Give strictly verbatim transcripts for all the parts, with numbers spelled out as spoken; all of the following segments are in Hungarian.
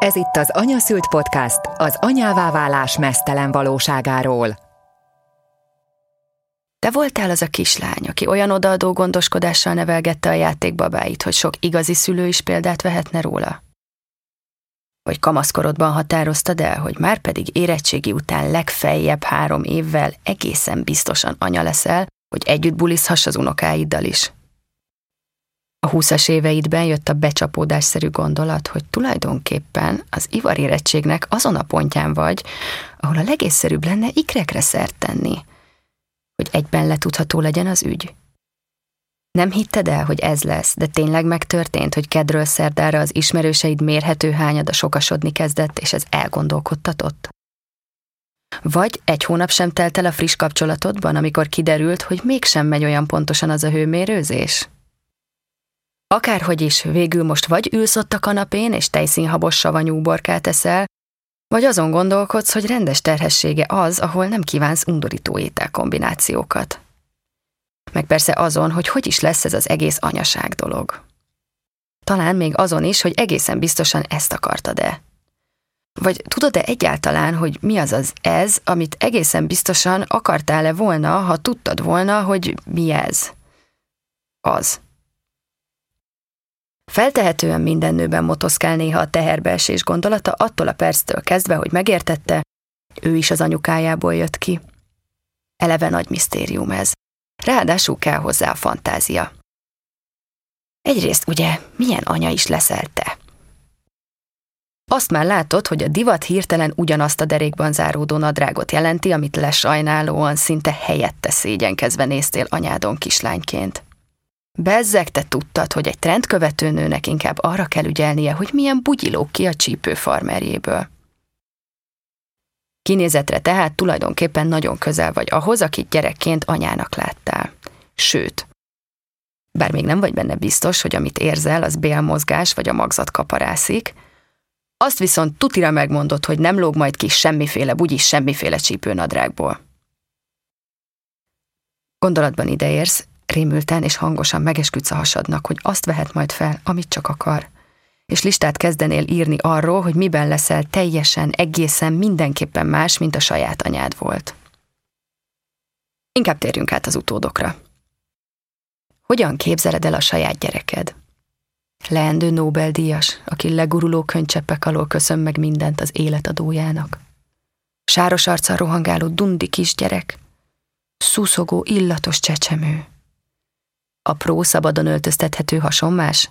Ez itt az Anyaszült Podcast, az anyává válás meztelen valóságáról. Te voltál az a kislány, aki olyan odaadó gondoskodással nevelgette a játékbabáit, hogy sok igazi szülő is példát vehetne róla? Vagy kamaszkorodban határoztad el, hogy már pedig érettségi után legfeljebb három évvel egészen biztosan anya leszel, hogy együtt bulizhass az unokáiddal is? A húszas éveidben jött a becsapódásszerű gondolat, hogy tulajdonképpen az ivarérettségnek azon a pontján vagy, ahol a legészszerűbb lenne ikrekre szert tenni, hogy egyben letudható legyen az ügy. Nem hitted el, hogy ez lesz, de tényleg megtörtént, hogy kedről szerdára az ismerőseid mérhető hányada sokasodni kezdett, és ez elgondolkodtatott? Vagy egy hónap sem telt el a friss kapcsolatodban, amikor kiderült, hogy mégsem megy olyan pontosan az a hőmérőzés? Akárhogy is, végül most vagy ülsz ott a kanapén, és tejszínhabos savanyú uborkát eszel, vagy azon gondolkodsz, hogy rendes terhessége az, ahol nem kívánsz undorító ételkombinációkat. Meg persze azon, hogy hogy is lesz ez az egész anyaság dolog. Talán még azon is, hogy egészen biztosan ezt akartad-e. Vagy tudod-e egyáltalán, hogy mi az az ez, amit egészen biztosan akartál-e volna, ha tudtad volna, hogy mi ez? Az. Feltehetően minden nőben motoszkál néha a teherbeesés gondolata attól a perctől kezdve, hogy megértette, ő is az anyukájából jött ki. Eleve nagy misztérium ez. Ráadásul kell hozzá a fantázia. Egyrészt ugye, milyen anya is leszel te? Azt már látod, hogy a divat hirtelen ugyanazt a derékban záródó nadrágot jelenti, amit lesajnálóan, szinte helyette szégyenkezve néztél anyádon kislányként. Bezzeg, te tudtad, hogy egy trendkövető nőnek inkább arra kell ügyelnie, hogy milyen bugyilók ki a csípő farmerjéből. Kinézetre tehát tulajdonképpen nagyon közel vagy ahhoz, akit gyerekként anyának láttál. Sőt, bár még nem vagy benne biztos, hogy amit érzel, az bélmozgás vagy a magzat kaparászik, azt viszont tutira megmondod, hogy nem lóg majd ki semmiféle bugyis, semmiféle csípőnadrágból. Gondolatban ideérsz, rémülten és hangosan megesküdsz a hasadnak, hogy azt vehet majd fel, amit csak akar, és listát kezdenél írni arról, hogy miben leszel teljesen, egészen mindenképpen más, mint a saját anyád volt. Inkább térjünk át az utódokra. Hogyan képzeled el a saját gyereked? Leendő Nobel-díjas, aki leguruló könycseppek alól köszön meg mindent az életadójának. Sáros arccal rohangáló dundi kisgyerek, szuszogó, illatos csecsemő. Apró, szabadon öltöztethető hasonmás?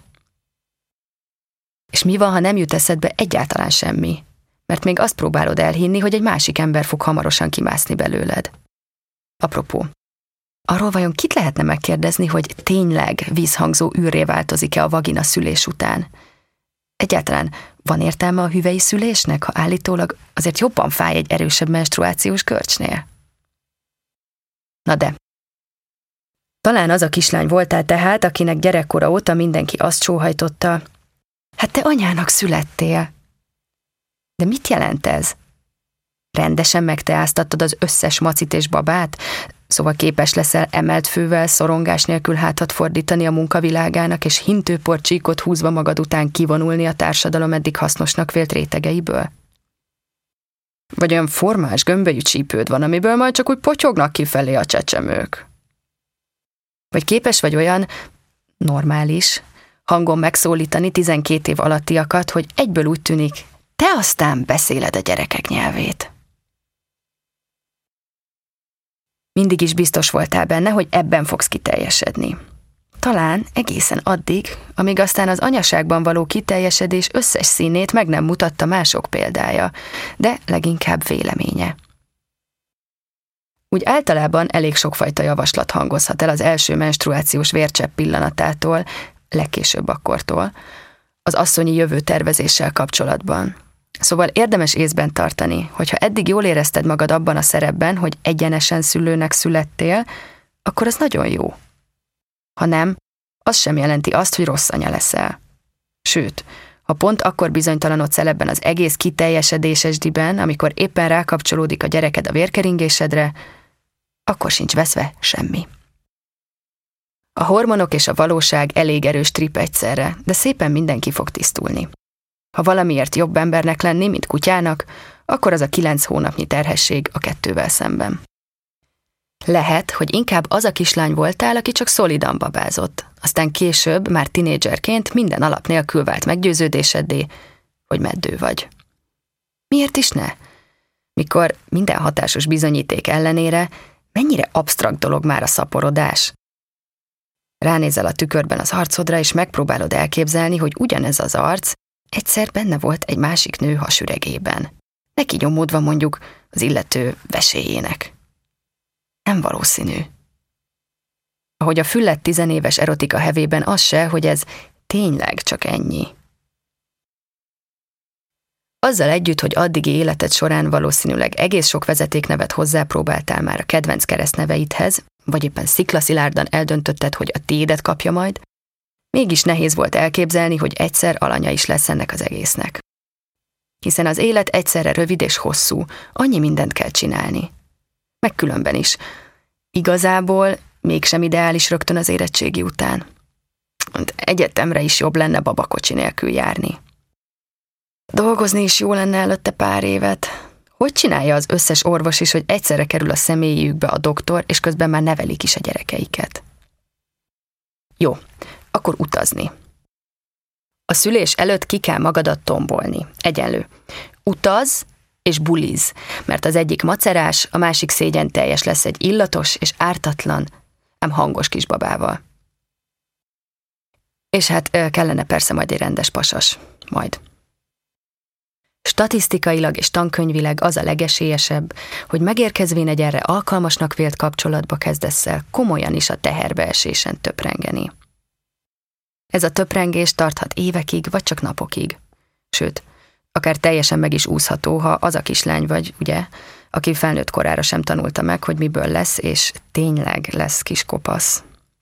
És mi van, ha nem jut eszedbe egyáltalán semmi? Mert még azt próbálod elhinni, hogy egy másik ember fog hamarosan kimászni belőled. Apropó, arról vajon kit lehetne megkérdezni, hogy tényleg vízhangzó űrré változik-e a vagina szülés után? Egyáltalán van értelme a hüvei szülésnek, ha állítólag azért jobban fáj egy erősebb menstruációs görcsnél? Na de, talán az a kislány voltál tehát, akinek gyerekkora óta mindenki azt sóhajtotta, hát te anyának születtél. De mit jelent ez? Rendesen megteáztattad az összes macit és babát, szóval képes leszel emelt fővel, szorongás nélkül hátat fordítani a munkavilágának, és hintőpor csíkot húzva magad után kivonulni a társadalom eddig hasznosnak vélt rétegeiből? Vagy olyan formás, gömbölyű csípőd van, amiből majd csak úgy potyognak kifelé a csecsemők? Vagy képes vagy olyan normális hangon megszólítani tizenkét év alattiakat, hogy egyből úgy tűnik, te aztán beszéled a gyerekek nyelvét. Mindig is biztos voltál benne, hogy ebben fogsz kiteljesedni. Talán egészen addig, amíg aztán az anyaságban való kiteljesedés összes színét meg nem mutatta mások példája, de leginkább véleménye. Úgy általában elég sokfajta javaslat hangozhat el az első menstruációs vércsepp pillanatától, legkésőbb akkortól, az asszonyi jövő tervezéssel kapcsolatban. Szóval érdemes észben tartani, hogyha eddig jól érezted magad abban a szerepben, hogy egyenesen szülőnek születtél, akkor az nagyon jó. Ha nem, az sem jelenti azt, hogy rossz anya leszel. Sőt, ha pont akkor bizonytalanodsz el ebben az egész kiteljesedéses diben, amikor éppen rákapcsolódik a gyereked a vérkeringésedre, akkor sincs veszve semmi. A hormonok és a valóság elég erős trip egyszerre, de szépen mindenki fog tisztulni. Ha valamiért jobb embernek lenni, mint kutyának, akkor az a kilenc hónapnyi terhesség a kettővel szemben. Lehet, hogy inkább az a kislány voltál, aki csak szolidan babázott, aztán később, már tinédzserként minden alap nélkül vált meggyőződéseddé, hogy meddő vagy. Miért is ne? Mikor minden hatásos bizonyíték ellenére mennyire absztrakt dolog már a szaporodás. Ránézel a tükörben az arcodra, és megpróbálod elképzelni, hogy ugyanez az arc egyszer benne volt egy másik nő hasüregében. Neki nyomódva mondjuk az illető veséjének. Nem valószínű. Ahogy a fülledt tizenéves erotika hevében az se, hogy ez tényleg csak ennyi. Azzal együtt, hogy addigi életed során valószínűleg egész sok vezetéknevet hozzápróbáltál már a kedvenc keresztneveidhez, vagy éppen sziklaszilárdan eldöntötted, hogy a tiédet kapja majd, mégis nehéz volt elképzelni, hogy egyszer alanya is lesz ennek az egésznek. Hiszen az élet egyszerre rövid és hosszú, annyi mindent kell csinálni. Meg különben is. Igazából mégsem ideális rögtön az érettségi után. Egyetemre is jobb lenne babakocsi nélkül járni. Dolgozni is jó lenne előtte pár évet. Hogy csinálja az összes orvos is, hogy egyszerre kerül a személyükbe a doktor, és közben már nevelik is a gyerekeiket? Jó, akkor utazni. A szülés előtt ki kell magadat tombolni. Egyenlő. Utaz és buliz, mert az egyik macerás, a másik szégyen teljes lesz egy illatos és ártatlan, ám hangos kisbabával. És hát kellene persze majd egy rendes pasas. Majd. Statisztikailag és tankönyvileg az a legesélyesebb, hogy megérkezvén egy erre alkalmasnak vélt kapcsolatba kezdesz el komolyan is a teherbeesésen töprengeni. Ez a töprengés tarthat évekig, vagy csak napokig. Sőt, akár teljesen meg is úszható, ha az a kislány vagy, ugye, aki felnőtt korára sem tanulta meg, hogy miből lesz, és tényleg lesz kis kopasz.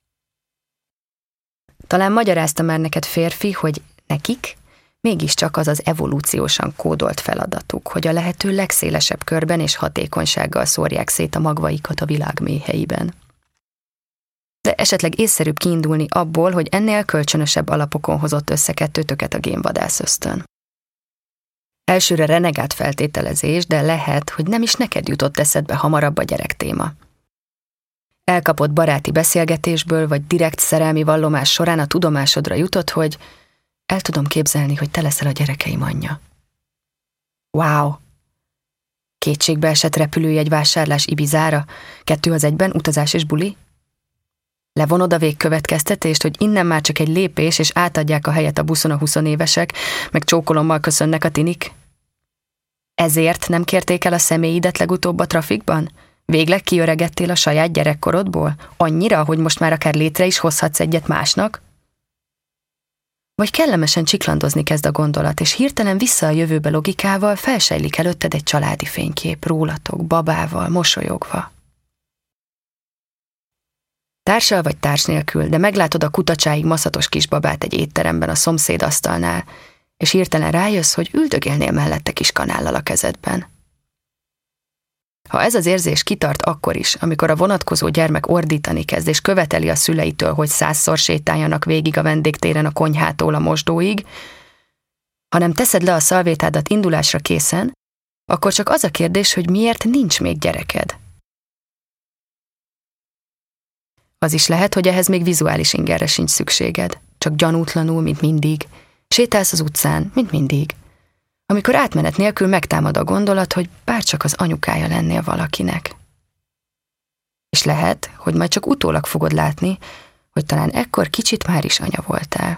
Talán magyarázta már neked férfi, hogy nekik mégiscsak az az evolúciósan kódolt feladatuk, hogy a lehető legszélesebb körben és hatékonysággal szórják szét a magvaikat a világ mélyeiben. De esetleg észszerűbb kiindulni abból, hogy ennél kölcsönösebb alapokon hozott össze kettőtöket a génvadász ösztön. Elsőre renegát feltételezés, de lehet, hogy nem is neked jutott eszedbe hamarabb a gyerek téma. Elkapott baráti beszélgetésből, vagy direkt szerelmi vallomás során a tudomásodra jutott, hogy el tudom képzelni, hogy te leszel a gyerekeim anyja. Wow! Kétségbe esett repülőjegy vásárlás Ibizára, kettő az egyben, utazás és buli? Levonod a végkövetkeztetést, hogy innen már csak egy lépés, és átadják a helyet a buszon a huszonévesek, meg csókolommal köszönnek a tinik? Ezért nem kérték el a személyidet legutóbb a trafikban? Végleg kiöregettél a saját gyerekkorodból? Annyira, hogy most már akár létre is hozhatsz egyet másnak? Vagy kellemesen csiklandozni kezd a gondolat, és hirtelen vissza a jövőbe logikával felsejlik előtted egy családi fénykép, rólatok, babával, mosolyogva. Társal vagy társ nélkül, de meglátod a kutacsáig maszatos kisbabát egy étteremben a szomszéd asztalnál, és hirtelen rájössz, hogy üldögélnél mellette kis kanállal a kezedben. Ha ez az érzés kitart akkor is, amikor a vonatkozó gyermek ordítani kezd, és követeli a szüleitől, hogy százszor sétáljanak végig a vendégtéren a konyhától a mosdóig, hanem teszed le a szalvétádat indulásra készen, akkor csak az a kérdés, hogy miért nincs még gyereked. Az is lehet, hogy ehhez még vizuális ingerre sincs szükséged, csak gyanútlanul, mint mindig, sétálsz az utcán, mint mindig, amikor átmenet nélkül megtámad a gondolat, hogy bárcsak az anyukája lennél valakinek. És lehet, hogy majd csak utólag fogod látni, hogy talán ekkor kicsit már is anya voltál.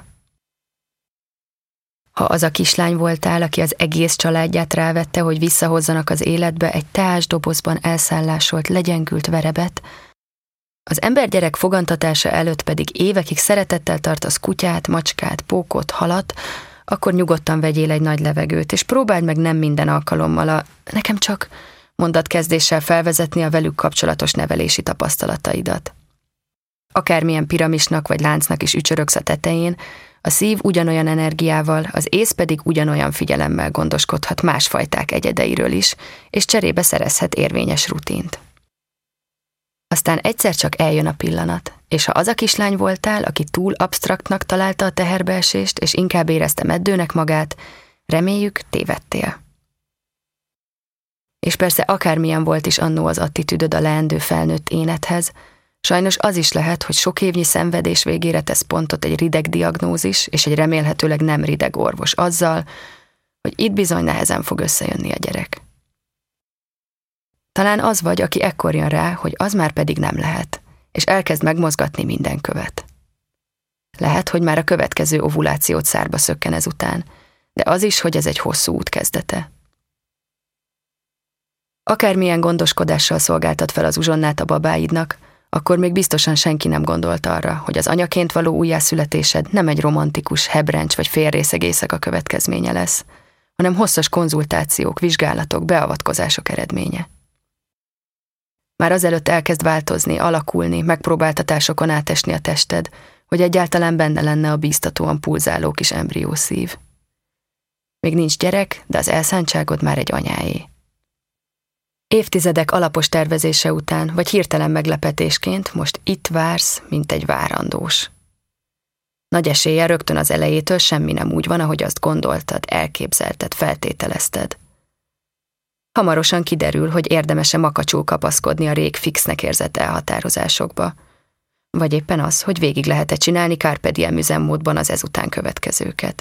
Ha az a kislány voltál, aki az egész családját rávette, hogy visszahozzanak az életbe egy teásdobozban elszállásolt, legyengült verebet, az embergyerek fogantatása előtt pedig évekig szeretettel tartasz kutyát, macskát, pókot, halat, akkor nyugodtan vegyél egy nagy levegőt, és próbáld meg nem minden alkalommal a nekem csak mondatkezdéssel felvezetni a velük kapcsolatos nevelési tapasztalataidat. Akármilyen piramisnak vagy láncnak is ücsörögsz a tetején, a szív ugyanolyan energiával, az ész pedig ugyanolyan figyelemmel gondoskodhat más fajták egyedeiről is, és cserébe szerezhet érvényes rutint. Aztán egyszer csak eljön a pillanat, és ha az a kislány voltál, aki túl absztraktnak találta a teherbeesést, és inkább érezte meddőnek magát, Reméljük, tévedtél. És persze akármilyen volt is annó az attitűdöd a leendő felnőtt énedhez, sajnos az is lehet, hogy sok évnyi szenvedés végére tesz pontot egy rideg diagnózis és egy remélhetőleg nem rideg orvos azzal, hogy itt bizony nehezen fog összejönni a gyerek. Talán az vagy, aki ekkor jön rá, hogy az már pedig nem lehet, és elkezd megmozgatni minden követ. Lehet, hogy már a következő ovulációt szárba szökken ezután, de az is, hogy ez egy hosszú út kezdete. Akármilyen gondoskodással szolgáltat fel az uzsonnát a babáidnak, akkor még biztosan senki nem gondolt arra, hogy az anyaként való újjászületésed nem egy romantikus, hebrencs vagy félrészeg éjszaka következménye lesz, hanem hosszas konzultációk, vizsgálatok, beavatkozások eredménye. Már azelőtt elkezd változni, alakulni, megpróbáltatásokon átesni a tested, hogy egyáltalán benne lenne a bíztatóan pulzáló kis embriószív. Még nincs gyerek, de az elszántságod már egy anyáé. Évtizedek alapos tervezése után, vagy hirtelen meglepetésként most itt vársz, mint egy várandós. Nagy eséllyel rögtön az elejétől semmi nem úgy van, ahogy azt gondoltad, elképzelted, feltételezted. Hamarosan kiderül, hogy érdemes-e makacsul kapaszkodni a rég fixnek érzett elhatározásokba, vagy éppen az, hogy végig lehet-e csinálni carpe diem üzemmódban az ezután következőket.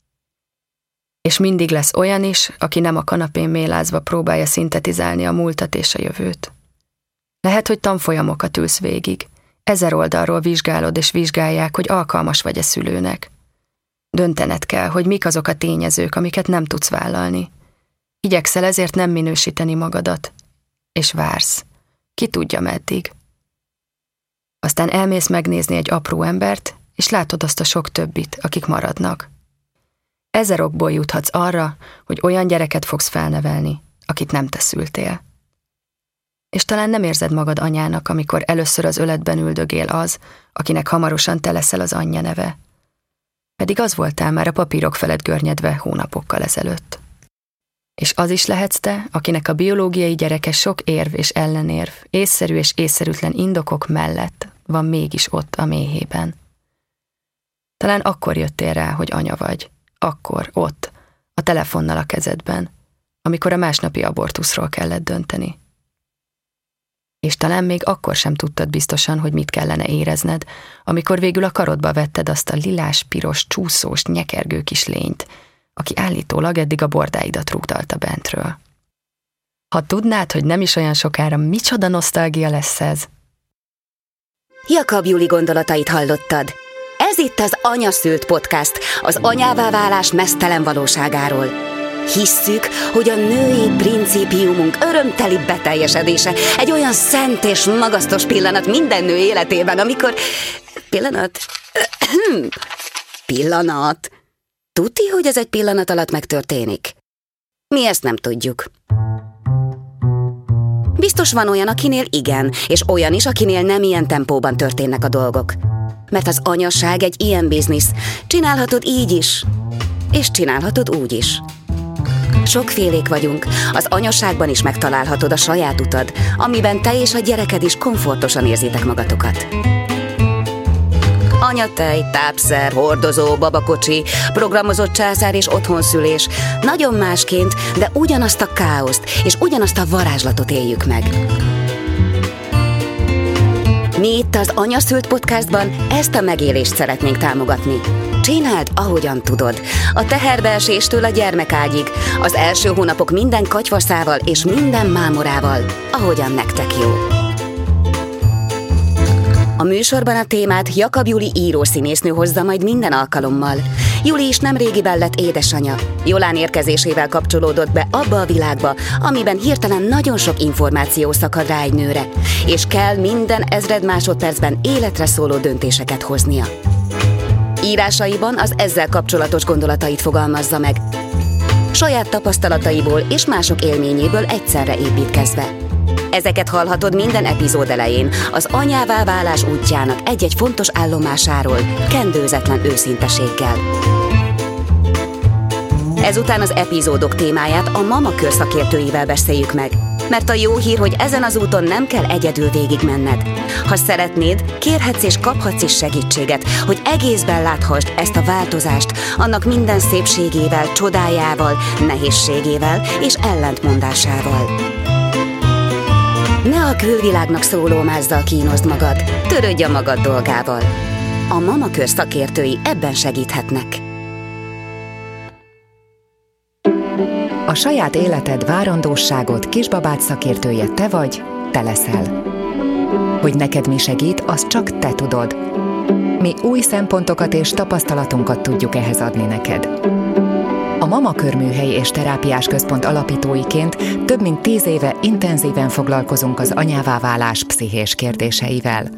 És mindig lesz olyan is, aki nem a kanapén mélázva próbálja szintetizálni a múltat és a jövőt. Lehet, hogy tanfolyamokat ülsz végig, ezer oldalról vizsgálod és vizsgálják, hogy alkalmas vagy-e szülőnek. Döntened kell, hogy mik azok a tényezők, amiket nem tudsz vállalni. Igyekszel ezért nem minősíteni magadat, és vársz. Ki tudja meddig. Aztán elmész megnézni egy apró embert, és látod azt a sok többit, akik maradnak. Ezer okból juthatsz arra, hogy olyan gyereket fogsz felnevelni, akit nem te szültél. És talán nem érzed magad anyának, amikor először az öletben üldögél az, akinek hamarosan te leszel az anyja neve. Pedig az voltál már a papírok felett görnyedve hónapokkal ezelőtt. És az is lehetsz te, akinek a biológiai gyereke sok érv és ellenérv, észszerű és észszerűtlen indokok mellett van mégis ott a méhében. Talán akkor jöttél rá, hogy anya vagy. Akkor, ott, a telefonnal a kezedben, amikor a másnapi abortuszról kellett dönteni. És talán még akkor sem tudtad biztosan, hogy mit kellene érezned, amikor végül a karodba vetted azt a lilás, piros, csúszós, nyekergő kis lényt, aki állítólag eddig a bordáidat rugdalta bentről. Ha tudnád, hogy nem is olyan sokára micsoda nosztalgia lesz ez. Jakab Juli gondolatait hallottad. Ez itt az Anyaszült Podcast, az anyává válás meztelen valóságáról. Hisszük, hogy a női principiumunk örömteli beteljesedése egy olyan szent és magasztos pillanat minden nő életében, amikor... Pillanat? Pillanat? Tudti, hogy ez egy pillanat alatt megtörténik? Mi ezt nem tudjuk. Biztos van olyan, akinél igen, és olyan is, akinél nem ilyen tempóban történnek a dolgok. Mert az anyaság egy ilyen biznisz. Csinálhatod így is, és csinálhatod úgy is. Sokfélék vagyunk, az anyaságban is megtalálhatod a saját utad, amiben te és a gyereked is komfortosan érzitek magatokat. Anyatej, tápszer, hordozó, babakocsi, programozott császár és otthonszülés. Nagyon másként, de ugyanazt a káoszt és ugyanazt a varázslatot éljük meg. Mi itt az Anyaszült Podcastban ezt a megélést szeretnénk támogatni. Csináld, ahogyan tudod. A teherbeeséstől a gyermekágyig, az első hónapok minden katyvaszával és minden mámorával, ahogyan nektek jó. A műsorban a témát Jakab Juli írószínésznő hozza majd minden alkalommal. Juli is nemrégiben lett édesanya. Jolán érkezésével kapcsolódott be abba a világba, amiben hirtelen nagyon sok információ szakad rá egy nőre, és kell minden ezred másodpercben életre szóló döntéseket hoznia. Írásaiban az ezzel kapcsolatos gondolatait fogalmazza meg, saját tapasztalataiból és mások élményéből egyszerre építkezve. Ezeket hallhatod minden epizód elején, az anyává válás útjának egy-egy fontos állomásáról, kendőzetlen őszinteséggel. Ezután az epizódok témáját a Mama Kör szakértőivel beszéljük meg. Mert a jó hír, hogy ezen az úton nem kell egyedül végigmenned. Ha szeretnéd, kérhetsz és kaphatsz is segítséget, hogy egészben láthassd ezt a változást, annak minden szépségével, csodájával, nehézségével és ellentmondásával. Ne a külvilágnak szóló mázzal kínozd magad, törődj a magad dolgával. A Mamakör szakértői ebben segíthetnek. A saját életed várandóságot, kisbabád szakértője te vagy, te leszel. Hogy neked mi segít, azt csak te tudod. Mi új szempontokat és tapasztalatunkat tudjuk ehhez adni neked. A Mamakör műhely és terápiás központ alapítóiként több mint tíz éve intenzíven foglalkozunk az anyává válás pszichés kérdéseivel.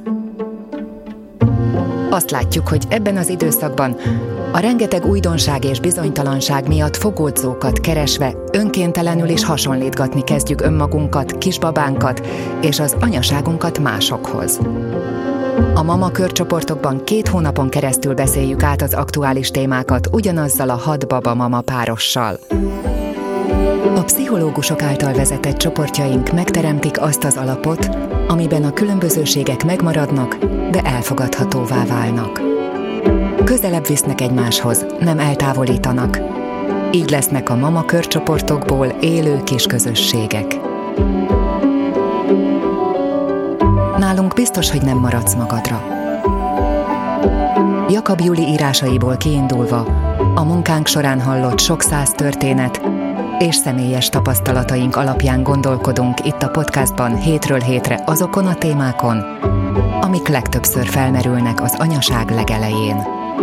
Azt látjuk, hogy ebben az időszakban a rengeteg újdonság és bizonytalanság miatt fogódzókat keresve önkéntelenül is hasonlítgatni kezdjük önmagunkat, kisbabánkat és az anyaságunkat másokhoz. A Mamakör csoportokban két hónapon keresztül beszéljük át az aktuális témákat ugyanazzal a hat baba mama párossal. A pszichológusok által vezetett csoportjaink megteremtik azt az alapot, amiben a különbözőségek megmaradnak, de elfogadhatóvá válnak. Közelebb visznek egymáshoz, nem eltávolítanak. Így lesznek a Mamakör csoportokból élő kis közösségek. Nálunk biztos, hogy nem maradsz magadra. Jakab Juli írásaiból kiindulva, a munkánk során hallott sok száz történet és személyes tapasztalataink alapján gondolkodunk itt a podcastban hétről hétre azokon a témákon, amik legtöbbször felmerülnek az anyaság legelején.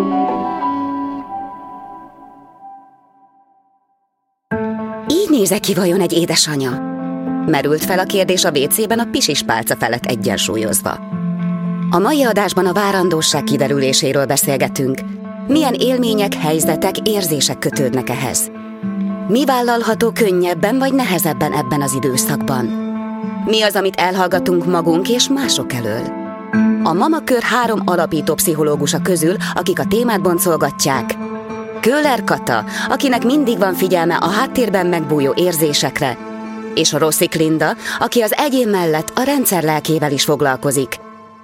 Így nézek ki vajon egy édesanya? Merült fel a kérdés a vécében a pisispálca felett egyensúlyozva. A mai adásban a várandóság kiderüléséről beszélgetünk. Milyen élmények, helyzetek, érzések kötődnek ehhez? Mi vállalható könnyebben vagy nehezebben ebben az időszakban? Mi az, amit elhallgatunk magunk és mások elől? A Mamakör három alapító pszichológusa közül, akik a témát boncolgatják: Köhler Kata, akinek mindig van figyelme a háttérben megbújó érzésekre, és a Rosszik Linda, aki az egyén mellett a rendszer lelkével is foglalkozik.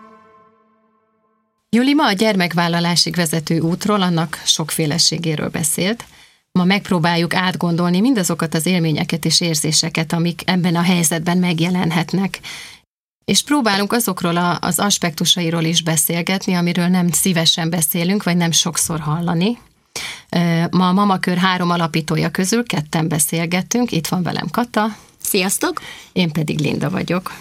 Juli ma a gyermekvállalásig vezető útról, annak sokféleségéről beszélt. Ma megpróbáljuk átgondolni mindazokat az élményeket és érzéseket, amik ebben a helyzetben megjelenhetnek. És próbálunk azokról a, az aspektusairól is beszélgetni, amiről nem szívesen beszélünk, vagy nem sokszor hallani. Ma a Mamakör három alapítója közül ketten beszélgettünk, itt van velem Kata. Sziasztok! Én pedig Linda vagyok.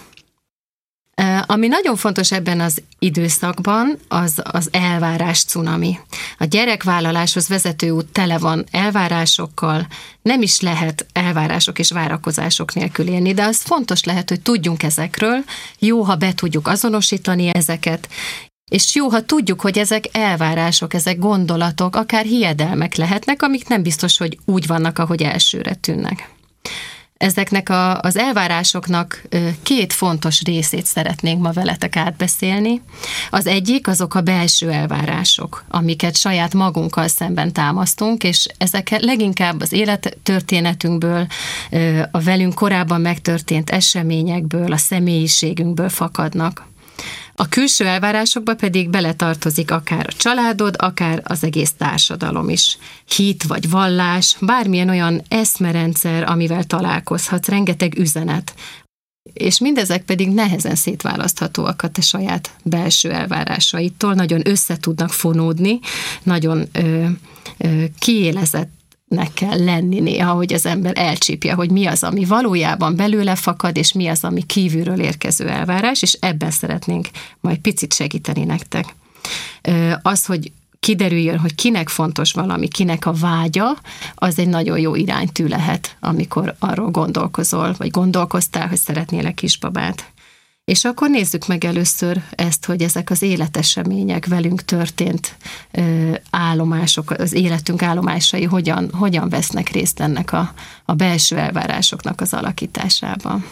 Ami nagyon fontos ebben az időszakban, az az elvárás cunami. A gyerekvállaláshoz vezető út tele van elvárásokkal, nem is lehet elvárások és várakozások nélkül élni, de az fontos lehet, hogy tudjunk ezekről, jó, ha be tudjuk azonosítani ezeket, és jó, ha tudjuk, hogy ezek elvárások, ezek gondolatok, akár hiedelmek lehetnek, amik nem biztos, hogy úgy vannak, ahogy elsőre tűnnek. Ezeknek a, az elvárásoknak két fontos részét szeretnénk ma veletek átbeszélni. Az egyik azok a belső elvárások, amiket saját magunkkal szemben támasztunk, és ezek leginkább az élettörténetünkből, a velünk korábban megtörtént eseményekből, a személyiségünkből fakadnak. A külső elvárásokba pedig beletartozik akár a családod, akár az egész társadalom is. Hit vagy vallás, bármilyen olyan eszmerendszer, amivel találkozhatsz, rengeteg üzenet. És mindezek pedig nehezen szétválaszthatóak a te saját belső elvárásaitól, nagyon össze tudnak fonódni, nagyon ö, ö, kiélezett nek kell lenni néha, hogy az ember elcsípje, hogy mi az, ami valójában belőle fakad, és mi az, ami kívülről érkező elvárás, és ebben szeretnénk majd picit segíteni nektek. Az, hogy kiderüljön, hogy kinek fontos valami, kinek a vágya, az egy nagyon jó iránytű lehet, amikor arról gondolkozol, vagy gondolkoztál, hogy szeretnél-e kisbabát. És akkor nézzük meg először ezt, hogy ezek az életesemények, velünk történt ö, állomások, az életünk állomásai hogyan, hogyan vesznek részt ennek a, a belső elvárásoknak az alakításában.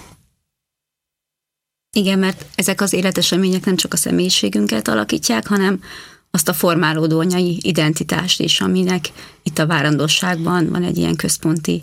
Igen, mert ezek az életesemények nem csak a személyiségünket alakítják, hanem azt a formálódó anyai identitást is, aminek itt a várandosságban van egy ilyen központi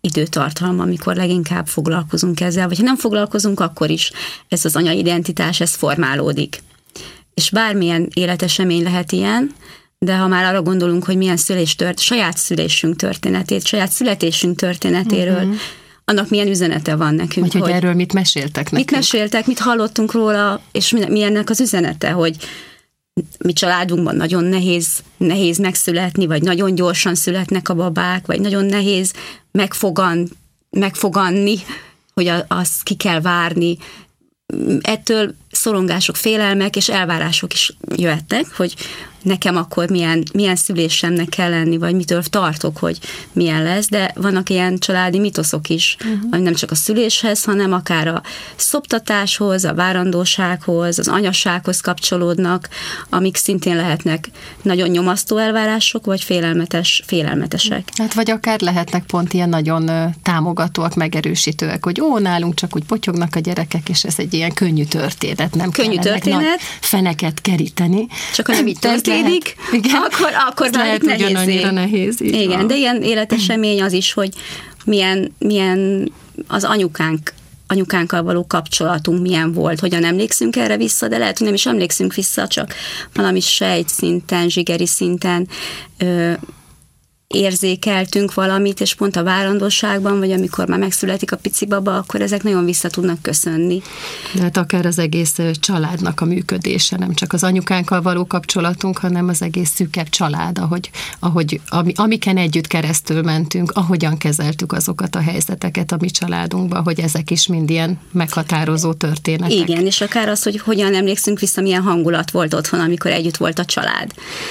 időtartalma, amikor leginkább foglalkozunk ezzel, vagy ha nem foglalkozunk, akkor is ez az anyaidentitás, ez formálódik. És bármilyen életesemény lehet ilyen, de ha már arra gondolunk, hogy milyen szülés tört, saját szülésünk történetét, saját születésünk történetéről, uh-huh. annak milyen üzenete van nekünk. Vagy hogy, hogy erről mit meséltek nekünk. Mit meséltek, mit hallottunk róla, és milyennek az üzenete, hogy mi családunkban nagyon nehéz, nehéz megszületni, vagy nagyon gyorsan születnek a babák, vagy nagyon nehéz megfogan, megfoganni, hogy azt ki kell várni. Ettől szorongások, félelmek és elvárások is jöhetnek, hogy nekem akkor milyen, milyen szülésemnek kell lenni, vagy mitől tartok, hogy milyen lesz, de vannak ilyen családi mitoszok is, uh-huh. ami nem csak a szüléshez, hanem akár a szoptatáshoz, a várandósághoz, az anyassághoz kapcsolódnak, amik szintén lehetnek nagyon nyomasztó elvárások, vagy félelmetes, félelmetesek. Hát vagy akár lehetnek pont ilyen nagyon támogatóak, megerősítőek, hogy ó, nálunk csak úgy potyognak a gyerekek, és ez egy ilyen könnyű történet, nem könnyű történet, feneket keríteni. Csak ha nem így történik, akkor, akkor válik nehézé. nehéz. Igen, van. De ilyen életesemény az is, hogy milyen, milyen az anyukánk, anyukánkkal való kapcsolatunk milyen volt, hogyan emlékszünk erre vissza, de lehet, hogy nem is emlékszünk vissza, csak valami sejt szinten, zsigeri szinten ö, érzékeltünk valamit, és pont a várandóságban, vagy amikor már megszületik a pici baba, akkor ezek nagyon vissza tudnak köszönni. De hát akár az egész családnak a működése, nem csak az anyukánkkal való kapcsolatunk, hanem az egész szűkebb család, ahogy, ahogy ami, amiken együtt keresztül mentünk, ahogyan kezeltük azokat a helyzeteket a mi családunkban, hogy ezek is mind ilyen meghatározó történetek. Igen, és akár az, hogy hogyan emlékszünk vissza, milyen hangulat volt otthon, amikor együtt volt a család.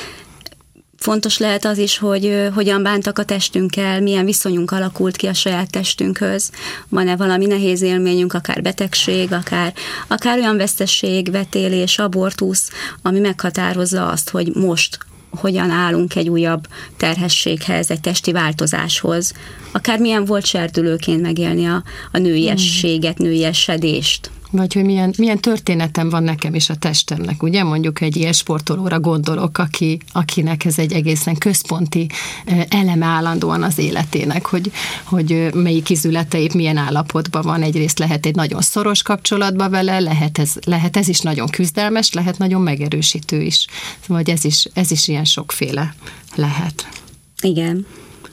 Fontos lehet az is, hogy hogyan bántak a testünkkel, milyen viszonyunk alakult ki a saját testünkhöz. Van-e valami nehéz élményünk, akár betegség, akár, akár olyan vesztesség, vetélés, abortusz, ami meghatározza azt, hogy most hogyan állunk egy újabb terhességhez, egy testi változáshoz. Akár milyen volt serdülőként megélni a, a nőiességet, nőiesedést. Vagy hogy milyen, milyen történetem van nekem is a testemnek, ugye? Mondjuk egy ilyen sportolóra gondolok, aki, akinek ez egy egészen központi eleme állandóan az életének, hogy, hogy melyik izületeip milyen állapotban van. Egyrészt lehet egy nagyon szoros kapcsolatban vele, lehet ez, lehet ez is nagyon küzdelmes, lehet nagyon megerősítő is. Vagy ez is, ez is ilyen sokféle lehet. Igen.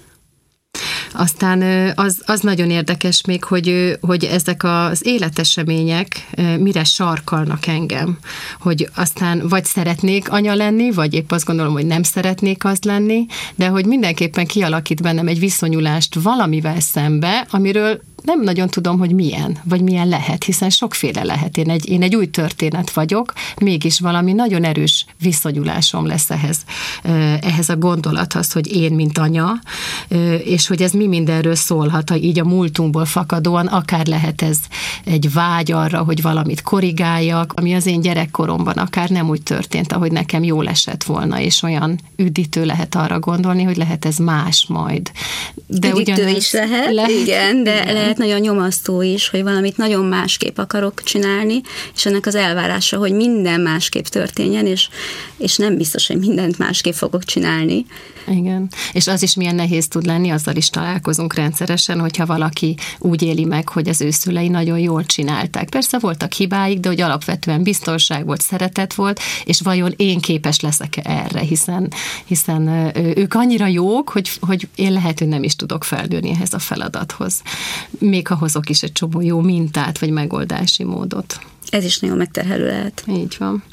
Aztán az, az nagyon érdekes még, hogy, hogy ezek az életesemények mire sarkalnak engem. Hogy aztán vagy szeretnék anya lenni, vagy épp azt gondolom, hogy nem szeretnék az lenni, de hogy mindenképpen kialakít bennem egy viszonyulást valamivel szembe, amiről nem nagyon tudom, hogy milyen, vagy milyen lehet, hiszen sokféle lehet. Én egy, én egy új történet vagyok, mégis valami nagyon erős viszonyulásom lesz ehhez, ehhez a gondolathoz, hogy én, mint anya, és hogy ez mi mindenről szólhat, így a múltunkból fakadóan, akár lehet ez egy vágy arra, hogy valamit korrigáljak, ami az én gyerekkoromban akár nem úgy történt, ahogy nekem jól esett volna, és olyan üdítő lehet arra gondolni, hogy lehet ez más majd. De üdítő ugyanez, is lehet, lehet, igen, de igen. Lehet nagyon nyomasztó is, hogy valamit nagyon másképp akarok csinálni, és ennek az elvárása, hogy minden másképp történjen, és, és nem biztos, hogy mindent másképp fogok csinálni. Igen, és az is milyen nehéz tud lenni, azzal is találkozunk rendszeresen, hogyha valaki úgy éli meg, hogy az ő szülei nagyon jól csinálták. Persze voltak hibáik, de hogy alapvetően biztonság volt, szeretet volt, és vajon én képes leszek erre, hiszen, hiszen ők annyira jók, hogy, hogy én lehet, hogy nem is tudok felnőni ehhez a feladathoz. Még ha hozok is egy csomó jó mintát, vagy megoldási módot. Ez is nagyon megterhelő lehet. Így van.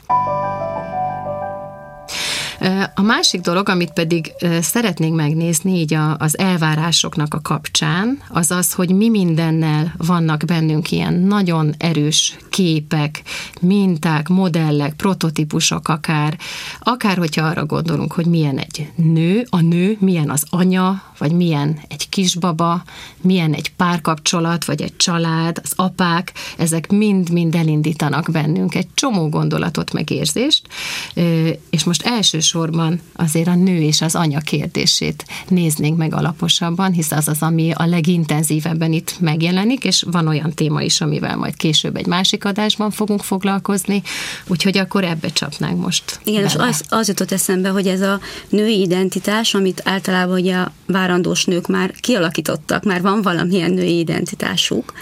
A másik dolog, amit pedig szeretnénk megnézni így az elvárásoknak a kapcsán, az az, hogy mi mindennel vannak bennünk ilyen nagyon erős képek, minták, modellek, prototípusok akár, akár hogyha arra gondolunk, hogy milyen egy nő, a nő, milyen az anya, vagy milyen egy kisbaba, milyen egy párkapcsolat, vagy egy család, az apák, ezek mind-mind elindítanak bennünk egy csomó gondolatot, meg érzést, És most elsősorban azért a nő és az anya kérdését néznénk meg alaposabban, hisz az az, ami a legintenzívebben itt megjelenik, és van olyan téma is, amivel majd később egy másik adásban fogunk foglalkozni, úgyhogy akkor ebbe csapnánk most. Igen, bele. És az, az jutott eszembe, hogy ez a női identitás, amit általában ugye a várandós nők már kialakítottak, már van valamilyen női identitásuk.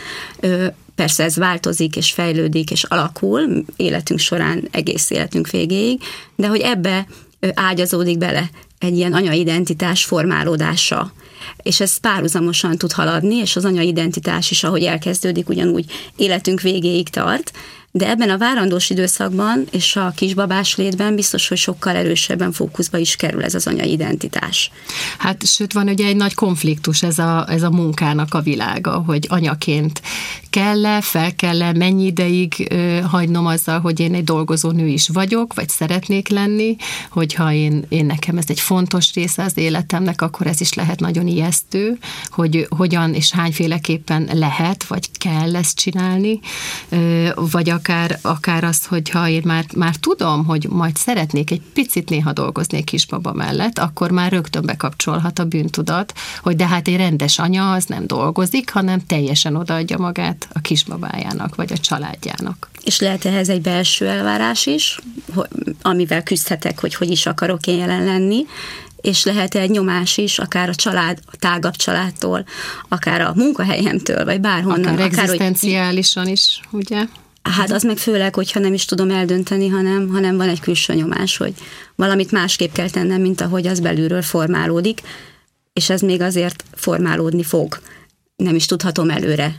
Persze ez változik, és fejlődik, és alakul életünk során, egész életünk végéig, de hogy ebbe ágyazódik bele egy ilyen anyaidentitás formálódása. És ez párhuzamosan tud haladni, és az anyaidentitás is, ahogy elkezdődik, ugyanúgy életünk végéig tart, de ebben a várandós időszakban és a kisbabás létben biztos, hogy sokkal erősebben fókuszba is kerül ez az anyaidentitás. Hát sőt, van ugye egy nagy konfliktus ez a, ez a munkának a világa, hogy anyaként kell-e, fel kell-e, mennyi ideig ö, hagynom azzal, hogy én egy dolgozó nő is vagyok, vagy szeretnék lenni, hogyha én, én nekem ez egy fontos része az életemnek, akkor ez is lehet nagyon ijesztő, hogy hogyan és hányféleképpen lehet, vagy kell ezt csinálni, ö, vagy akár, akár azt, hogyha én már, már tudom, hogy majd szeretnék egy picit néha dolgozni egy kisbaba mellett, akkor már rögtön bekapcsolhat a bűntudat, hogy de hát egy rendes anya az nem dolgozik, hanem teljesen odaadja magát a kisbabájának, vagy a családjának. És lehet ehhez egy belső elvárás is, amivel küzdhetek, hogy hogy is akarok én jelen lenni, és lehet egy nyomás is, akár a család, a tágabb családtól, akár a munkahelyemtől, vagy bárhonnan. Akár, akár egzisztenciálisan hogy... is, ugye? Hát az meg főleg, hogyha nem is tudom eldönteni, hanem, hanem van egy külső nyomás, hogy valamit másképp kell tennem, mint ahogy az belülről formálódik, és ez még azért formálódni fog. Nem is tudhatom előre,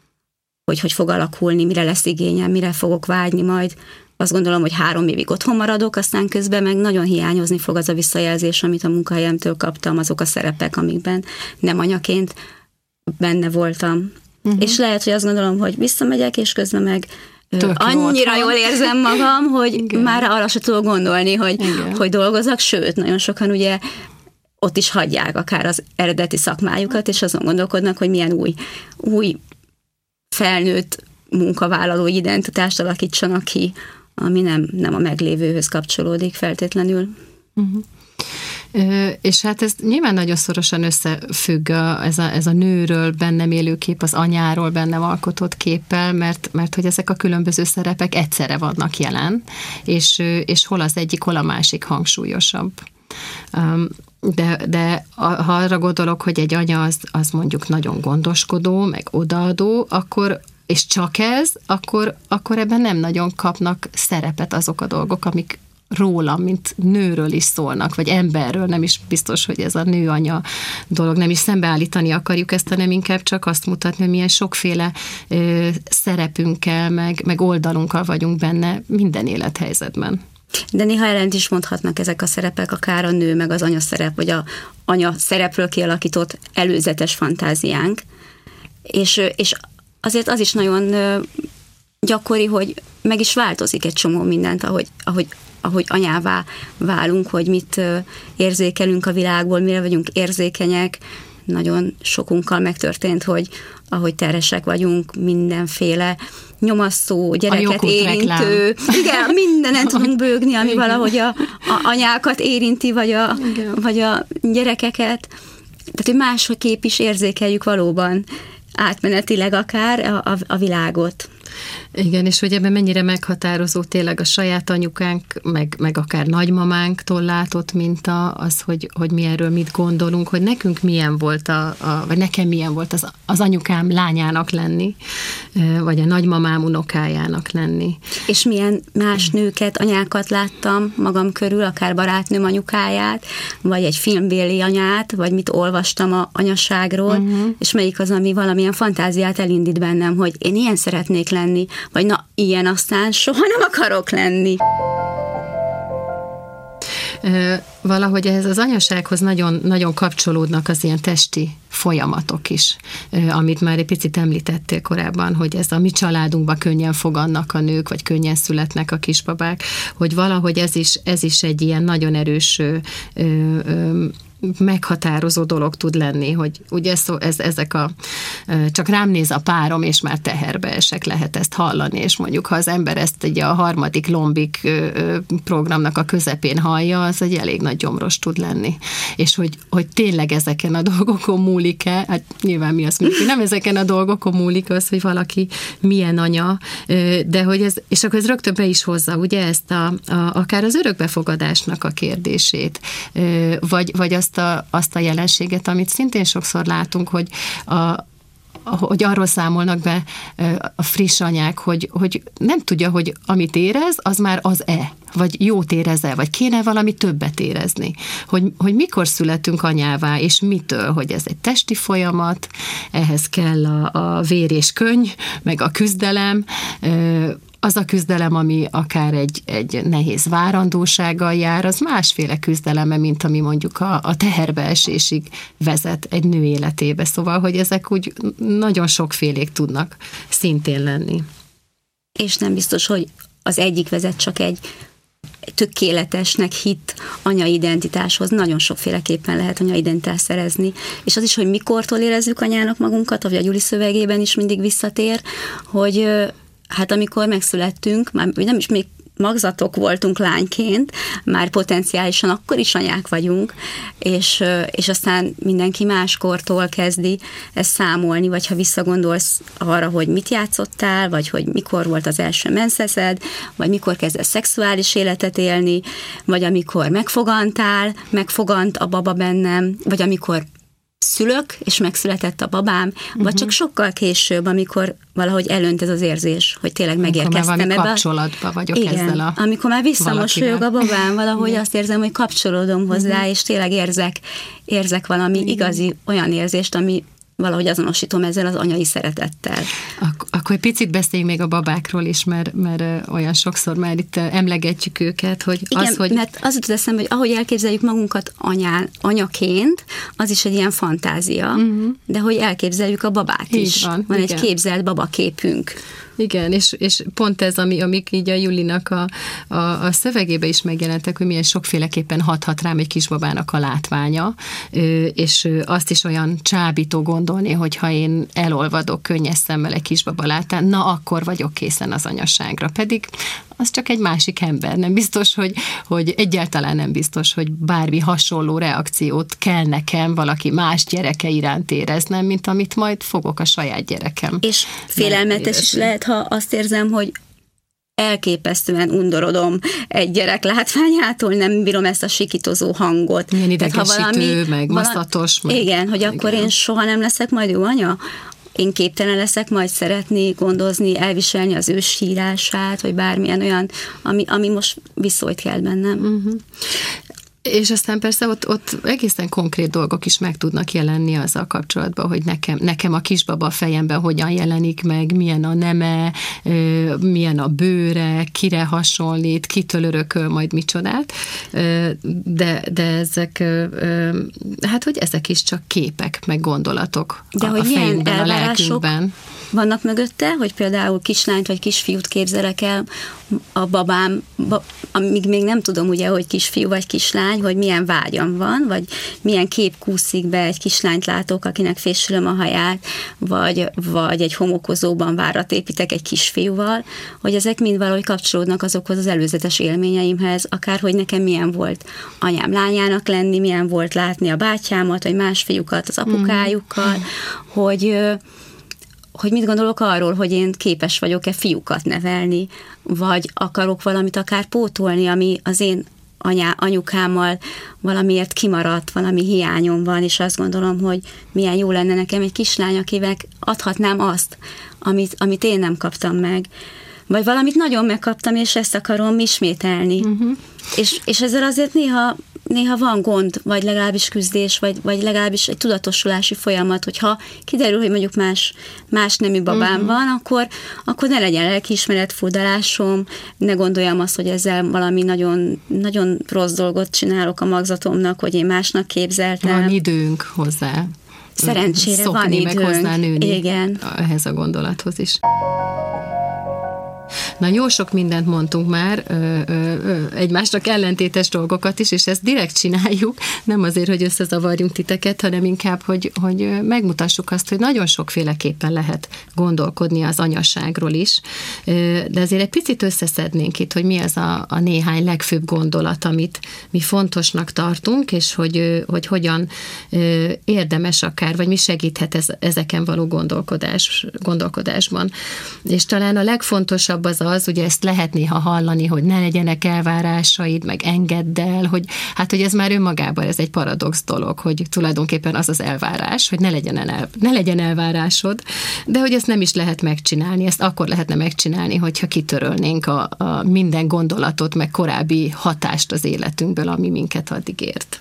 hogy hogy fog alakulni, mire lesz igényem, mire fogok vágyni majd. Azt gondolom, hogy három évig otthon maradok, aztán közben meg nagyon hiányozni fog az a visszajelzés, amit a munkahelyemtől kaptam, azok a szerepek, amikben nem anyaként benne voltam. Uh-huh. És lehet, hogy azt gondolom, hogy visszamegyek, és közben meg Tök annyira jó jól érzem magam, hogy igen. Már arra se tudok gondolni, hogy, hogy dolgozok, sőt, nagyon sokan ugye ott is hagyják akár az eredeti szakmájukat, és azon gondolkodnak, hogy milyen új, új felnőtt munkavállaló identitást alakítsanak ki, ami nem, nem a meglévőhöz kapcsolódik feltétlenül. Uh-huh. És hát ez nyilván nagyon szorosan összefügg a, ez, a, ez a nőről bennem élő kép, az anyáról bennem alkotott képpel, mert, mert hogy ezek a különböző szerepek egyszerre vannak jelen, és, és hol az egyik, hol a másik hangsúlyosabb. De, de ha arra gondolok, hogy egy anya az, az mondjuk nagyon gondoskodó, meg odaadó, akkor és csak ez, akkor, akkor ebben nem nagyon kapnak szerepet azok a dolgok, amik rólam, mint nőről is szólnak, vagy emberről, nem is biztos, hogy ez a nő-anya dolog, nem is szembeállítani akarjuk ezt, hanem inkább csak azt mutatni, hogy milyen sokféle ö, szerepünkkel, meg, meg oldalunkkal vagyunk benne minden élethelyzetben. De néha ellent is mondhatnak ezek a szerepek, akár a nő, meg az anya szerep, vagy a anya szerepről kialakított előzetes fantáziánk. És, és azért az is nagyon gyakori, hogy meg is változik egy csomó mindent, ahogy, ahogy, ahogy anyává válunk, hogy mit érzékelünk a világból, mire vagyunk érzékenyek. Nagyon sokunkkal megtörtént, hogy ahogy terhesek vagyunk, mindenféle nyomasztó, gyereket érintő. Igen, mindenen tudunk bőgni, ami igen. valahogy a, a anyákat érinti, vagy a, vagy a gyerekeket. Tehát, hogy másképp is érzékeljük valóban átmenetileg akár a, a, a világot. Igen, és hogy ebben mennyire meghatározó tényleg a saját anyukánk, meg, meg akár nagymamánktól látott minta, az, hogy, hogy mi erről mit gondolunk, hogy nekünk milyen volt, a, a, vagy nekem milyen volt az, az anyukám lányának lenni, vagy a nagymamám unokájának lenni. És milyen más nőket, anyákat láttam magam körül, akár barátnőm anyukáját, vagy egy filmbéli anyát, vagy mit olvastam a anyaságról, uh-huh. és melyik az, ami valamilyen fantáziát elindít bennem, hogy én ilyen szeretnék lenni, vagy na, ilyen aztán soha nem akarok lenni. Valahogy ehhez az anyasághoz nagyon, nagyon kapcsolódnak az ilyen testi folyamatok is, amit már egy picit említettél korábban, hogy ez a mi családunkban könnyen fogannak a nők, vagy könnyen születnek a kisbabák, hogy valahogy ez is, ez is egy ilyen nagyon erős ö, ö, meghatározó dolog tud lenni, hogy ugye szó, ez, ezek a, csak rám néz a párom, és már teherbe esek, lehet ezt hallani, és mondjuk, ha az ember ezt ugye a harmadik lombik programnak a közepén hallja, az egy elég nagy gyomros tud lenni. És hogy, hogy tényleg ezeken a dolgokon múlik-e, hát nyilván mi azt mondjuk, hogy nem ezeken a dolgokon múlik az, hogy valaki milyen anya, de hogy ez, és akkor ez rögtön be is hozza, ugye ezt a, a akár az örökbefogadásnak a kérdését, vagy, vagy azt a, azt a jelenséget, amit szintén sokszor látunk, hogy a hogy arról számolnak be a friss anyák, hogy, hogy nem tudja, hogy amit érez, az már az-e, vagy jót érez-e, vagy kéne valami többet érezni. Hogy, hogy mikor születünk anyává, és mitől, hogy ez egy testi folyamat, ehhez kell a, a vér és könny, meg a küzdelem, az a küzdelem, ami akár egy, egy nehéz várandósággal jár, az másféle küzdeleme, mint ami mondjuk a, a teherbeesésig vezet egy nő életébe. Szóval, hogy ezek úgy nagyon sokfélék tudnak szintén lenni. És nem biztos, hogy az egyik vezet csak egy tökéletesnek hitt anyai identitáshoz. Nagyon sokféleképpen lehet anyai identitást szerezni. És az is, hogy mikortól érezzük anyának magunkat, ahogy a Gyuri szövegében is mindig visszatér, hogy hát amikor megszülettünk, már nem is még magzatok voltunk lányként, már potenciálisan akkor is anyák vagyunk, és, és aztán mindenki máskortól kezdi ezt számolni, vagy ha visszagondolsz arra, hogy mit játszottál, vagy hogy mikor volt az első menszeszed, vagy mikor kezdesz szexuális életet élni, vagy amikor megfogantál, megfogant a baba bennem, vagy amikor szülök, és megszületett a babám, uh-huh. vagy csak sokkal később, amikor valahogy elönt ez az érzés, hogy tényleg megérkeztem ebbe. Kapcsolatban vagyok igen, ezzel a amikor már visszamosolyog a babám, valahogy igen. azt érzem, hogy kapcsolódom hozzá, uh-huh. és tényleg érzek, érzek valami igen. igazi olyan érzést, ami valahogy azonosítom ezzel az anyai szeretettel. Ak- akkor egy picit beszéljünk még a babákról is, mert, mert olyan sokszor már itt emlegetjük őket, hogy igen, az, hogy... mert az jutott eszembe, hogy ahogy elképzeljük magunkat anyán, anyaként, az is egy ilyen fantázia, uh-huh. de hogy elképzeljük a babát így is. Van, van igen. egy képzelt babaképünk. Igen, és, és pont ez, ami, amik így a Julinak a, a, a szövegébe is megjelentek, hogy milyen sokféleképpen hathat rám egy kisbabának a látványa, és azt is olyan csábító gondolni, hogy ha én elolvadok könnyes szemmel egy kisbaba látán, na akkor vagyok készen az anyaságra. Pedig az csak egy másik ember. Nem biztos, hogy, hogy egyáltalán nem biztos, hogy bármi hasonló reakciót kell nekem valaki más gyereke iránt éreznem, mint amit majd fogok a saját gyerekem. És félelmetes is lehet, ha azt érzem, hogy elképesztően undorodom egy gyerek látványától, nem bírom ezt a sikítozó hangot. Milyen idegesítő, meg maszlatos. Meg, igen, hogy akkor igen. én soha nem leszek majd jó anya? Én képtelen leszek majd szeretni, gondozni, elviselni az ő sírását, vagy bármilyen olyan, ami, ami most viszonyt kell bennem. Uh-huh. És aztán persze ott, ott egészen konkrét dolgok is meg tudnak jelenni azzal kapcsolatban, hogy nekem, nekem a kisbaba a fejemben hogyan jelenik meg, milyen a neme, milyen a bőre, kire hasonlít, kitől örököl majd micsodát, de, de ezek, hát hogy ezek is csak képek, meg gondolatok de a, hogy a fejünkben, a lelkünkben. Vannak mögötte, hogy például kislányt vagy kisfiút képzelek el, a babám, amíg még nem tudom ugye, hogy kisfiú vagy kislány, hogy milyen vágyam van, vagy milyen kép kúszik be, egy kislányt látok, akinek fésülöm a haját, vagy, vagy egy homokozóban várat építek egy kisfiúval, hogy ezek mind valahogy kapcsolódnak azokhoz az előzetes élményeimhez, akár hogy nekem milyen volt anyám lányának lenni, milyen volt látni a bátyámat, vagy más fiúkat az apukájukkal, mm. hogy hogy mit gondolok arról, hogy én képes vagyok-e fiúkat nevelni, vagy akarok valamit akár pótolni, ami az én anyá, anyukámmal valamiért kimaradt, valami hiányom van, és azt gondolom, hogy milyen jó lenne nekem egy kislány, akivel adhatnám azt, amit, amit én nem kaptam meg. Vagy valamit nagyon megkaptam, és ezt akarom ismételni. Uh-huh. És, és ezzel azért néha néha van gond, vagy legalábbis küzdés, vagy, vagy legalábbis egy tudatosulási folyamat, hogyha kiderül, hogy mondjuk más, más nemű babám uh-huh. van, akkor, akkor ne legyen lelkiismeret furdalásom, ne gondoljam azt, hogy ezzel valami nagyon, nagyon rossz dolgot csinálok a magzatomnak, hogy én másnak képzeltem. Van időnk hozzá. Szerencsére szokni, van időnk. Meg hozzá nőni. Igen. Ehhez a gondolathoz is. Na, jó sok mindent mondtunk már, ö, ö, ö, egymásnak ellentétes dolgokat is, és ezt direkt csináljuk, nem azért, hogy összezavarjunk titeket, hanem inkább, hogy, hogy megmutassuk azt, hogy nagyon sokféleképpen lehet gondolkodni az anyasságról is, de azért egy picit összeszednénk itt, hogy mi az a, a néhány legfőbb gondolat, amit mi fontosnak tartunk, és hogy, hogy hogyan érdemes akár, vagy mi segíthet ez, ezeken való gondolkodás, gondolkodásban. És talán a legfontosabb az az, ugye ezt lehet néha hallani, hogy ne legyenek elvárásaid, meg engedd el, hogy hát, hogy ez már önmagában ez egy paradox dolog, hogy tulajdonképpen az az elvárás, hogy ne legyen, el, ne legyen elvárásod, de hogy ezt nem is lehet megcsinálni, ezt akkor lehetne megcsinálni, hogyha kitörölnénk a, a minden gondolatot, meg korábbi hatást az életünkből, ami minket addig ért.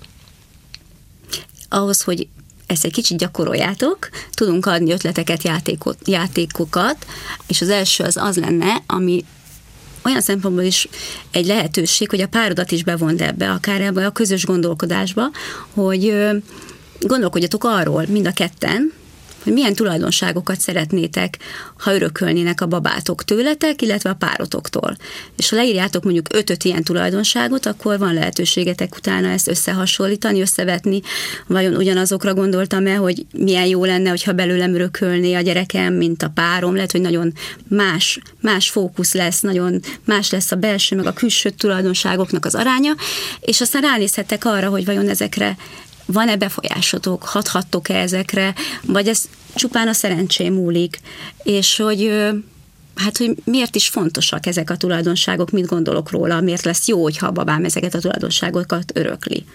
Ahhoz, hogy ezt egy kicsit gyakoroljátok, tudunk adni ötleteket, játékot, játékokat, és az első az az lenne, ami olyan szempontból is egy lehetőség, hogy a párodat is bevond ebbe, akár ebbe a közös gondolkodásba, hogy gondolkodjatok arról mind a ketten, hogy milyen tulajdonságokat szeretnétek, ha örökölnének a babátok tőletek, illetve a párotoktól. És ha leírjátok mondjuk ötöt ilyen tulajdonságot, akkor van lehetőségetek utána ezt összehasonlítani, összevetni. Vajon ugyanazokra gondoltam-e, hogy milyen jó lenne, hogyha belőlem örökölné a gyerekem, mint a párom. Lehet, hogy nagyon más, más fókusz lesz, nagyon más lesz a belső, meg a külső tulajdonságoknak az aránya, és aztán ránézhettek arra, hogy vajon ezekre van-e befolyásotok, hathattok-e ezekre, vagy ez csupán a szerencsém múlik, és hogy, hát, hogy miért is fontosak ezek a tulajdonságok, mit gondolok róla, miért lesz jó, hogyha a babám ezeket a tulajdonságokat örökli.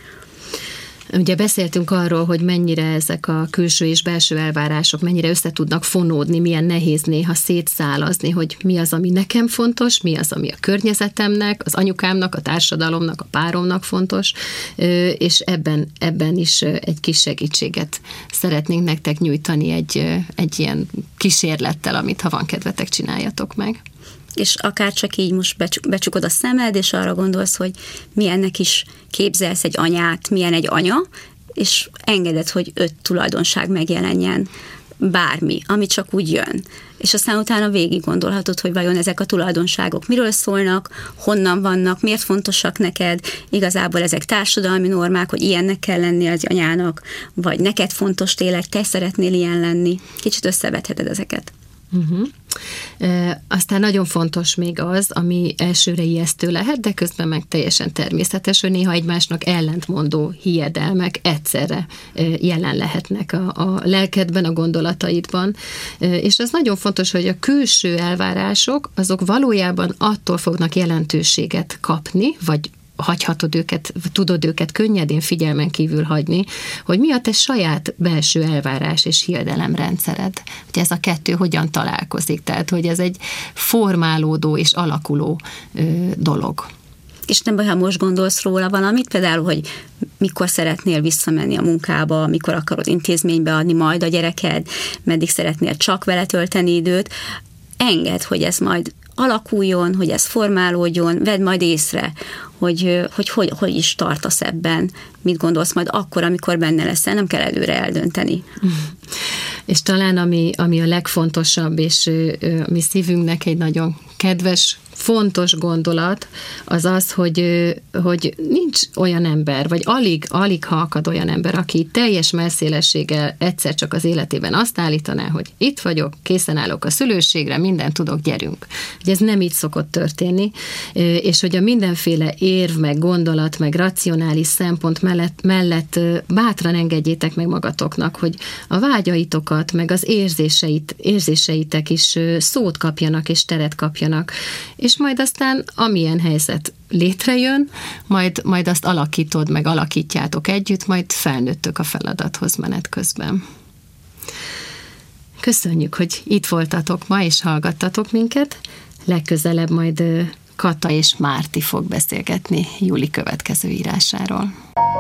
Ugye beszéltünk arról, hogy mennyire ezek a külső és belső elvárások, mennyire össze tudnak fonódni, milyen nehéz néha szétszálazni, hogy mi az, ami nekem fontos, mi az, ami a környezetemnek, az anyukámnak, a társadalomnak, a páromnak fontos, és ebben, ebben is egy kis segítséget szeretnénk nektek nyújtani egy, egy ilyen kísérlettel, amit ha van kedvetek, csináljatok meg. És akár csak így most becsukod a szemed, és arra gondolsz, hogy milyennek is képzelsz egy anyát, milyen egy anya, és engeded, hogy öt tulajdonság megjelenjen, bármi, ami csak úgy jön. És aztán utána végig gondolhatod, hogy vajon ezek a tulajdonságok miről szólnak, honnan vannak, miért fontosak neked, igazából ezek társadalmi normák, hogy ilyennek kell lenni az anyának, vagy neked fontos tényleg, te szeretnél ilyen lenni. Kicsit összevetheted ezeket. Uh-huh. E, aztán nagyon fontos még az, ami elsőre ijesztő lehet, de közben meg teljesen természetes, hogy néha egymásnak ellentmondó hiedelmek egyszerre e, jelen lehetnek a, a lelkedben, a gondolataidban, e, és az nagyon fontos, hogy a külső elvárások, azok valójában attól fognak jelentőséget kapni, vagy hagyhatod őket, tudod őket könnyedén figyelmen kívül hagyni, hogy mi a te saját belső elvárás és hiedelemrendszered. Hogy ez a kettő hogyan találkozik, tehát hogy ez egy formálódó és alakuló ö, dolog. És nem baj, ha most gondolsz róla valamit, például, hogy mikor szeretnél visszamenni a munkába, mikor akarod intézménybe adni majd a gyereked, meddig szeretnél csak vele tölteni időt, engedd, hogy ez majd alakuljon, hogy ez formálódjon, vedd majd észre, hogy hogy, hogy hogy is tartasz ebben, mit gondolsz majd akkor, amikor benne leszel, nem kell előre eldönteni. És talán ami, ami a legfontosabb, és mi szívünknek egy nagyon kedves, fontos gondolat, az az, hogy, hogy nincs olyan ember, vagy alig, alig ha akad olyan ember, aki teljes messzélességgel egyszer csak az életében azt állítaná, hogy itt vagyok, készen állok a szülőségre, mindent tudok, gyerünk. Ugye ez nem így szokott történni, és hogy a mindenféle érv, meg gondolat, meg racionális szempont mellett, mellett bátran engedjétek meg magatoknak, hogy a vágyaitokat, meg az érzéseit, érzéseitek is szót kapjanak, és teret kapjanak, és majd aztán amilyen helyzet létrejön, majd, majd azt alakítod, meg alakítjátok együtt, majd felnőttök a feladathoz menet közben. Köszönjük, hogy itt voltatok ma, és hallgattatok minket. Legközelebb majd Kata és Márti fog beszélgetni Júli következő írásáról.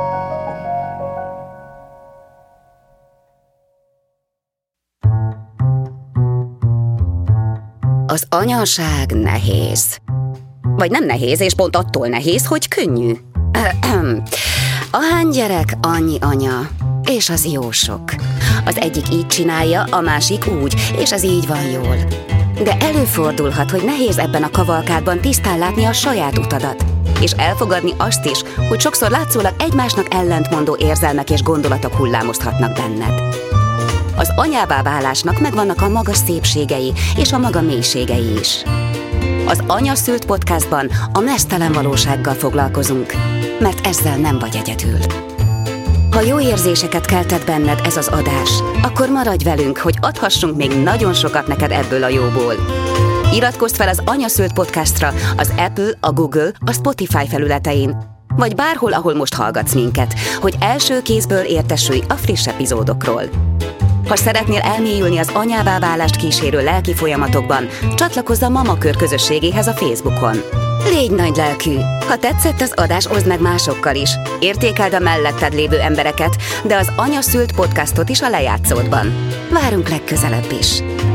Az anyaság nehéz. Vagy nem nehéz, és pont attól nehéz, hogy könnyű. Ahány gyerek, annyi anya. És az jó sok. Az egyik így csinálja, a másik úgy, és az így van jól. De előfordulhat, hogy nehéz ebben a kavalkádban tisztán látni a saját utadat, és elfogadni azt is, hogy sokszor látszólag egymásnak ellentmondó érzelmek és gondolatok hullámozhatnak benned. Az anyává válásnak megvannak a maga szépségei és a maga mélységei is. Az Anya Szült podcastban a meztelen valósággal foglalkozunk, mert ezzel nem vagy egyedül. Ha jó érzéseket keltett benned ez az adás, akkor maradj velünk, hogy adhassunk még nagyon sokat neked ebből a jóból. Iratkozz fel az Anya Szült podcastra az Apple, a Google, a Spotify felületein, vagy bárhol, ahol most hallgatsz minket, hogy első kézből értesülj a friss epizódokról. Ha szeretnél elmélyülni az anyává válást kísérő lelki folyamatokban, csatlakozz a Mamakör közösségéhez a Facebookon. Légy nagy lelkű! Ha tetszett az adás, oszd meg másokkal is. Értékeld a melletted lévő embereket, de az Anya Szült podcastot is a lejátszódban. Várunk legközelebb is!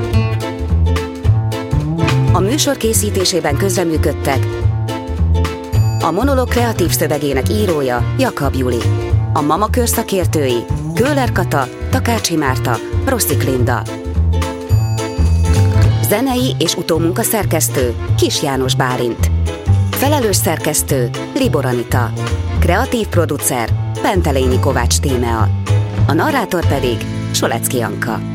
A műsor készítésében közreműködtek a monológ kreatív szövegének írója Jakab Juli, a Mamakör szakértői Köhler Kata, Takácsi Márta, Rosszik Linda. Zenei és utómunka szerkesztő Kis János Bálint. Felelős szerkesztő Libor Anita. Kreatív producer Pentelényi Kovács Tímea. A narrátor pedig Solecki Anka.